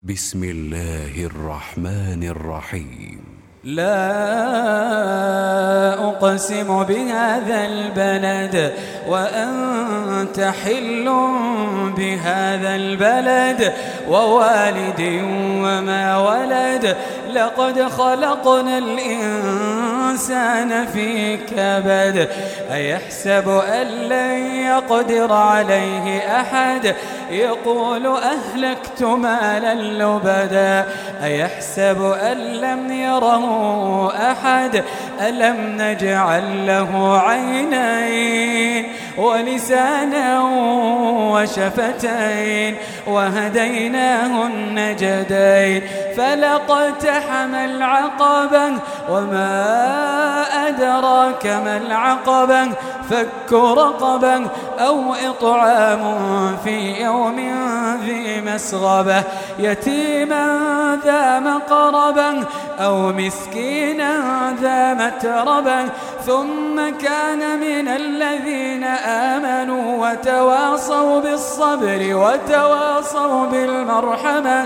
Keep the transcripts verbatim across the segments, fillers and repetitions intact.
بسم الله الرحمن الرحيم. لا أقسم بهذا البلد وأنت حل بهذا البلد ووالد وما ولد لقد خلقنا الإنسان في كبد أيحسب أن لن يقدر عليه أحد يقول أهلكت مالا لبدا أيحسب أن لم يره أحد ألم نجعل له عينين ولسانا وشفتين وهديناه النجدين فلاقتحم العقبة وما أدراك ما العقبة فك رقبة أو إطعام في يوم ذي مسغبة يتيما ذا مقربة أو مسكينا ذا متربة ثم كان من الذين آمنوا وتواصوا بالصبر وتواصوا بالمرحمة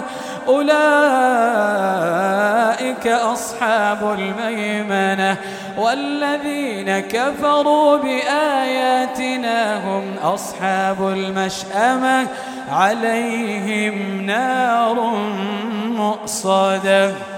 أولئك أصحاب الميمنة والذين كفروا بآياتنا هم أصحاب المشأمة عليهم نار مؤصدة.